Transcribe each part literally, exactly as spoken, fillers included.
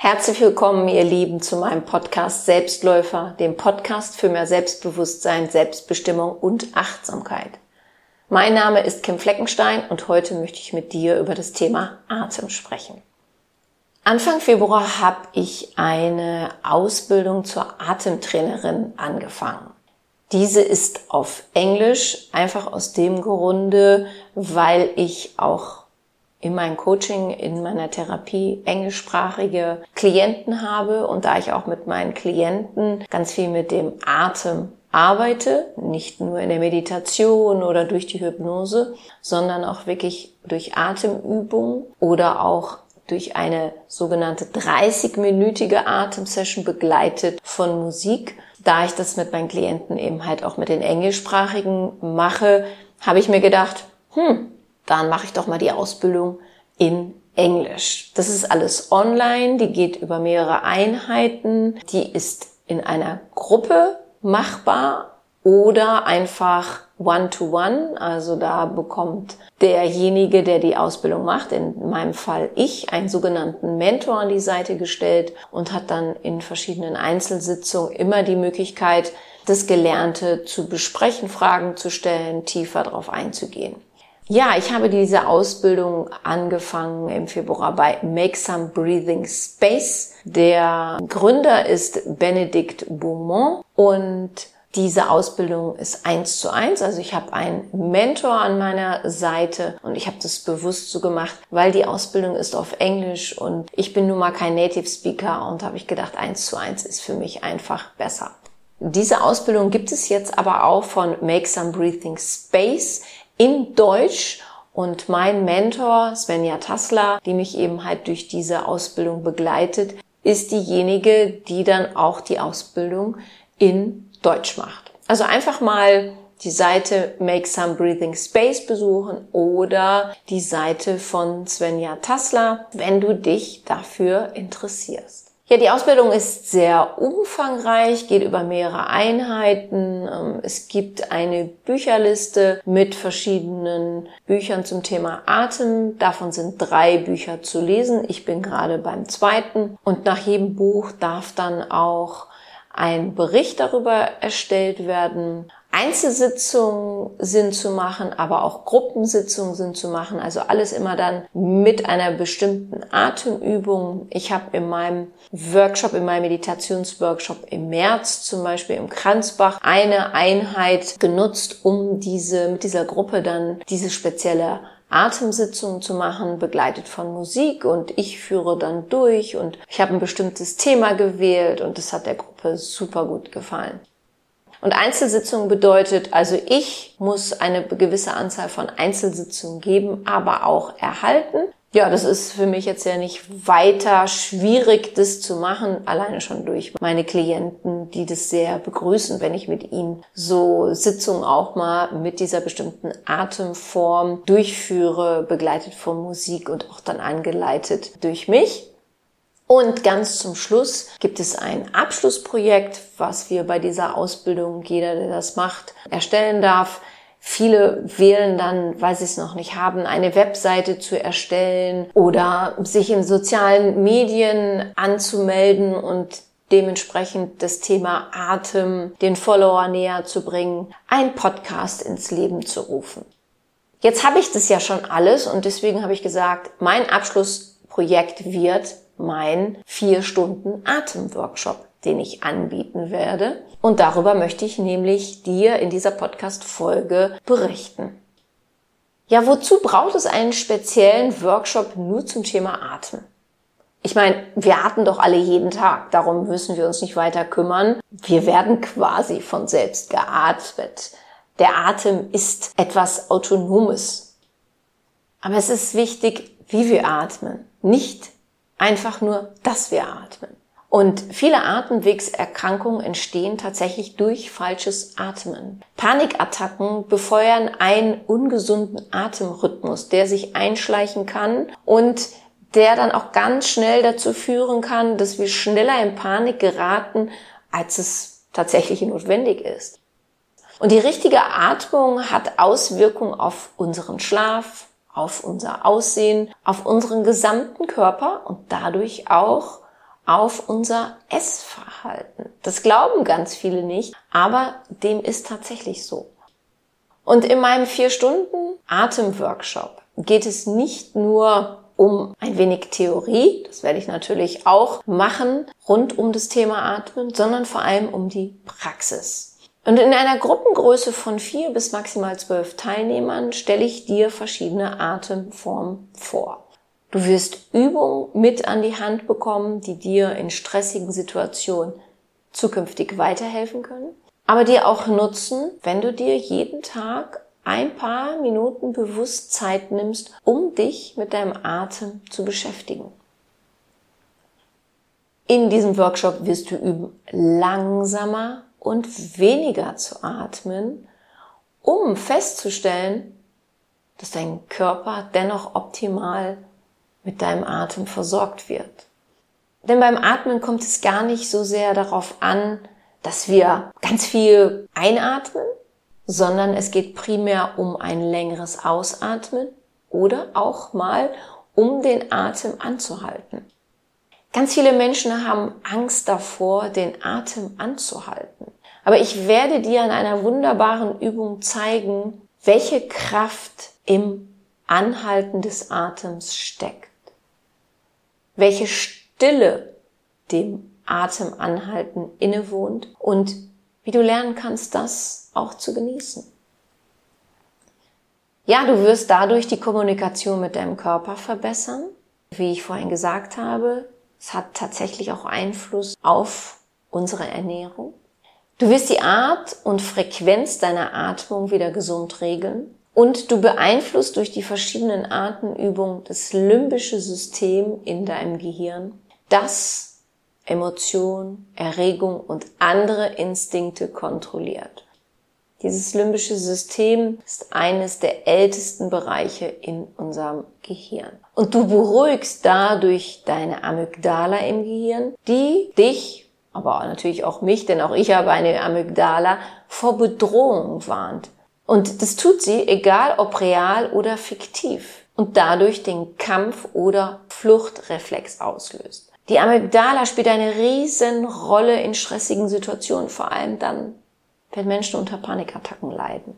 Herzlich willkommen, ihr Lieben, zu meinem Podcast Selbstläufer, dem Podcast für mehr Selbstbewusstsein, Selbstbestimmung und Achtsamkeit. Mein Name ist Kim Fleckenstein und heute möchte ich mit dir über das Thema Atem sprechen. Anfang Februar habe ich eine Ausbildung zur Atemtrainerin angefangen. Diese ist auf Englisch, einfach aus dem Grunde, weil ich auch in meinem Coaching, in meiner Therapie englischsprachige Klienten habe und da ich auch mit meinen Klienten ganz viel mit dem Atem arbeite, nicht nur in der Meditation oder durch die Hypnose, sondern auch wirklich durch Atemübungen oder auch durch eine sogenannte dreißig-minütige Atemsession begleitet von Musik. Da ich das mit meinen Klienten eben halt auch mit den englischsprachigen mache, habe ich mir gedacht, hm, dann mache ich doch mal die Ausbildung in Englisch. Das ist alles online, die geht über mehrere Einheiten, die ist in einer Gruppe machbar oder einfach One-to-One, also da bekommt derjenige, der die Ausbildung macht, in meinem Fall ich, einen sogenannten Mentor an die Seite gestellt und hat dann in verschiedenen Einzelsitzungen immer die Möglichkeit, das Gelernte zu besprechen, Fragen zu stellen, tiefer darauf einzugehen. Ja, ich habe diese Ausbildung angefangen im Februar bei Make Some Breathing Space. Der Gründer ist Benedict Beaumont und diese Ausbildung ist eins zu eins. Also ich habe einen Mentor an meiner Seite und ich habe das bewusst so gemacht, weil die Ausbildung ist auf Englisch und ich bin nun mal kein Native Speaker und habe ich gedacht, eins zu eins ist für mich einfach besser. Diese Ausbildung gibt es jetzt aber auch von Make Some Breathing Space in Deutsch und mein Mentor Svenja Tassler, die mich eben halt durch diese Ausbildung begleitet, ist diejenige, die dann auch die Ausbildung in Deutsch macht. Also einfach mal die Seite Make Some Breathing Space besuchen oder die Seite von Svenja Tassler, wenn du dich dafür interessierst. Ja, die Ausbildung ist sehr umfangreich, geht über mehrere Einheiten. Es gibt eine Bücherliste mit verschiedenen Büchern zum Thema Atem. Davon sind drei Bücher zu lesen. Ich bin gerade beim zweiten. Und nach jedem Buch darf dann auch ein Bericht darüber erstellt werden. Einzelsitzungen sind zu machen, aber auch Gruppensitzungen sind zu machen. Also alles immer dann mit einer bestimmten Atemübung. Ich habe in meinem Workshop, in meinem Meditationsworkshop im März zum Beispiel im Kranzbach eine Einheit genutzt, um diese mit dieser Gruppe dann diese spezielle Atemsitzungen zu machen, begleitet von Musik und ich führe dann durch und ich habe ein bestimmtes Thema gewählt und das hat der Gruppe super gut gefallen. Und Einzelsitzungen bedeutet, also ich muss eine gewisse Anzahl von Einzelsitzungen geben, aber auch erhalten. Ja, das ist für mich jetzt ja nicht weiter schwierig, das zu machen, alleine schon durch meine Klienten, die das sehr begrüßen, wenn ich mit ihnen so Sitzungen auch mal mit dieser bestimmten Atemform durchführe, begleitet von Musik und auch dann angeleitet durch mich. Und ganz zum Schluss gibt es ein Abschlussprojekt, was wir bei dieser Ausbildung, jeder, der das macht, erstellen darf. Viele wählen dann, weil sie es noch nicht haben, eine Webseite zu erstellen oder sich in sozialen Medien anzumelden und dementsprechend das Thema Atem den Follower näher zu bringen, einen Podcast ins Leben zu rufen. Jetzt habe ich das ja schon alles und deswegen habe ich gesagt, mein Abschlussprojekt wird mein vier Stunden Atemworkshop, den ich anbieten werde. Und darüber möchte ich nämlich dir in dieser Podcast-Folge berichten. Ja, wozu braucht es einen speziellen Workshop nur zum Thema Atmen? Ich meine, wir atmen doch alle jeden Tag, darum müssen wir uns nicht weiter kümmern. Wir werden quasi von selbst geatmet. Der Atem ist etwas Autonomes. Aber es ist wichtig, wie wir atmen, nicht einfach nur, dass wir atmen. Und viele Atemwegserkrankungen entstehen tatsächlich durch falsches Atmen. Panikattacken befeuern einen ungesunden Atemrhythmus, der sich einschleichen kann und der dann auch ganz schnell dazu führen kann, dass wir schneller in Panik geraten, als es tatsächlich notwendig ist. Und die richtige Atmung hat Auswirkungen auf unseren Schlaf, auf unser Aussehen, auf unseren gesamten Körper und dadurch auch auf unser Essverhalten. Das glauben ganz viele nicht, aber dem ist tatsächlich so. Und in meinem vier Stunden Atemworkshop geht es nicht nur um ein wenig Theorie, das werde ich natürlich auch machen, rund um das Thema Atmen, sondern vor allem um die Praxis. Und in einer Gruppengröße von vier bis maximal zwölf Teilnehmern stelle ich dir verschiedene Atemformen vor. Du wirst Übungen mit an die Hand bekommen, die dir in stressigen Situationen zukünftig weiterhelfen können, aber dir auch nutzen, wenn du dir jeden Tag ein paar Minuten bewusst Zeit nimmst, um dich mit deinem Atem zu beschäftigen. In diesem Workshop wirst du üben, langsamer und weniger zu atmen, um festzustellen, dass dein Körper dennoch optimal mit deinem Atem versorgt wird. Denn beim Atmen kommt es gar nicht so sehr darauf an, dass wir ganz viel einatmen, sondern es geht primär um ein längeres Ausatmen oder auch mal um den Atem anzuhalten. Ganz viele Menschen haben Angst davor, den Atem anzuhalten. Aber ich werde dir in einer wunderbaren Übung zeigen, welche Kraft im Anhalten des Atems steckt. Welche Stille dem Atemanhalten innewohnt und wie du lernen kannst, das auch zu genießen. Ja, du wirst dadurch die Kommunikation mit deinem Körper verbessern. Wie ich vorhin gesagt habe, es hat tatsächlich auch Einfluss auf unsere Ernährung. Du wirst die Art und Frequenz deiner Atmung wieder gesund regeln. Und du beeinflusst durch die verschiedenen Atemübungen das limbische System in deinem Gehirn, das Emotionen, Erregung und andere Instinkte kontrolliert. Dieses limbische System ist eines der ältesten Bereiche in unserem Gehirn. Und du beruhigst dadurch deine Amygdala im Gehirn, die dich, aber natürlich auch mich, denn auch ich habe eine Amygdala, vor Bedrohung warnt. Und das tut sie, egal ob real oder fiktiv, und dadurch den Kampf- oder Fluchtreflex auslöst. Die Amygdala spielt eine riesen Rolle in stressigen Situationen, vor allem dann, wenn Menschen unter Panikattacken leiden.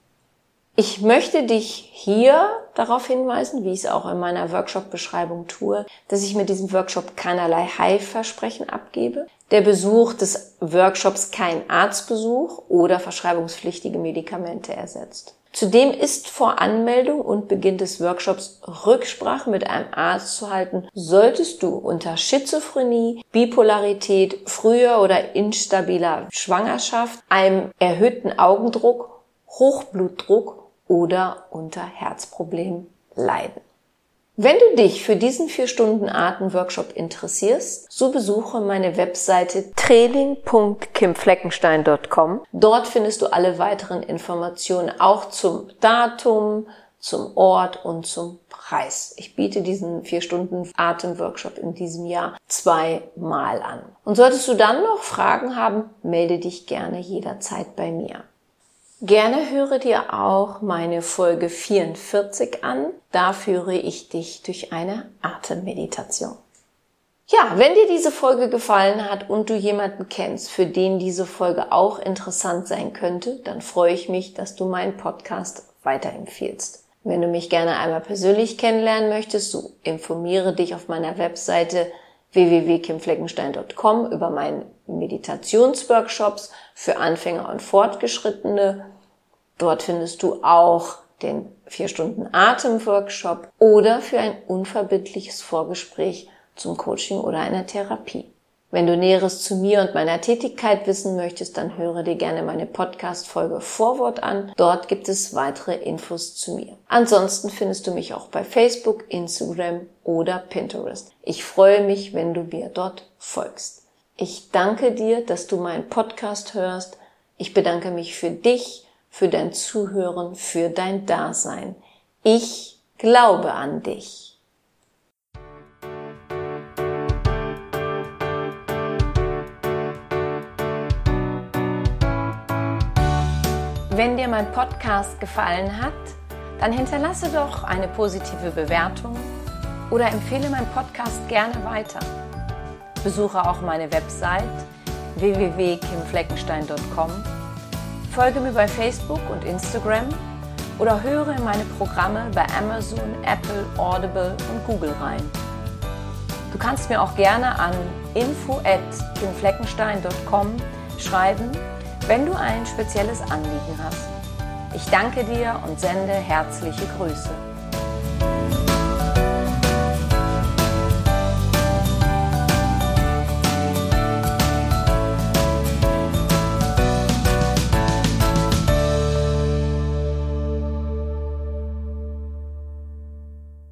Ich möchte dich hier darauf hinweisen, wie ich es auch in meiner Workshop-Beschreibung tue, dass ich mit diesem Workshop keinerlei Heilversprechen abgebe. Der Besuch des Workshops kein Arztbesuch oder verschreibungspflichtige Medikamente ersetzt. Zudem ist vor Anmeldung und Beginn des Workshops Rücksprache mit einem Arzt zu halten, solltest du unter Schizophrenie, Bipolarität, früher oder instabiler Schwangerschaft, einem erhöhten Augendruck, Hochblutdruck oder unter Herzproblemen leiden. Wenn du dich für diesen vier Stunden Atemworkshop interessierst, so besuche meine Webseite training punkt kim fleckenstein punkt com. Dort findest du alle weiteren Informationen auch zum Datum, zum Ort und zum Preis. Ich biete diesen vier Stunden Atemworkshop in diesem Jahr zweimal an. Und solltest du dann noch Fragen haben, melde dich gerne jederzeit bei mir. Gerne höre dir auch meine Folge vierundvierzig an. Da führe ich dich durch eine Atemmeditation. Ja, wenn dir diese Folge gefallen hat und du jemanden kennst, für den diese Folge auch interessant sein könnte, dann freue ich mich, dass du meinen Podcast weiterempfiehlst. Wenn du mich gerne einmal persönlich kennenlernen möchtest, so informiere dich auf meiner Webseite w w w punkt kim fleckenstein punkt com über meine Meditationsworkshops für Anfänger und Fortgeschrittene. Dort findest du auch den vier Stunden Atemworkshop oder für ein unverbindliches Vorgespräch zum Coaching oder einer Therapie. Wenn du Näheres zu mir und meiner Tätigkeit wissen möchtest, dann höre dir gerne meine Podcast-Folge Vorwort an. Dort gibt es weitere Infos zu mir. Ansonsten findest du mich auch bei Facebook, Instagram oder Pinterest. Ich freue mich, wenn du mir dort folgst. Ich danke dir, dass du meinen Podcast hörst. Ich bedanke mich für dich, für dein Zuhören, für dein Dasein. Ich glaube an dich. Wenn dir mein Podcast gefallen hat, dann hinterlasse doch eine positive Bewertung oder empfehle meinen Podcast gerne weiter. Besuche auch meine Website w w w punkt kim fleckenstein punkt com, folge mir bei Facebook und Instagram oder höre in meine Programme bei Amazon, Apple, Audible und Google rein. Du kannst mir auch gerne an info at kim fleckenstein punkt com schreiben, wenn du ein spezielles Anliegen hast. Ich danke dir und sende herzliche Grüße.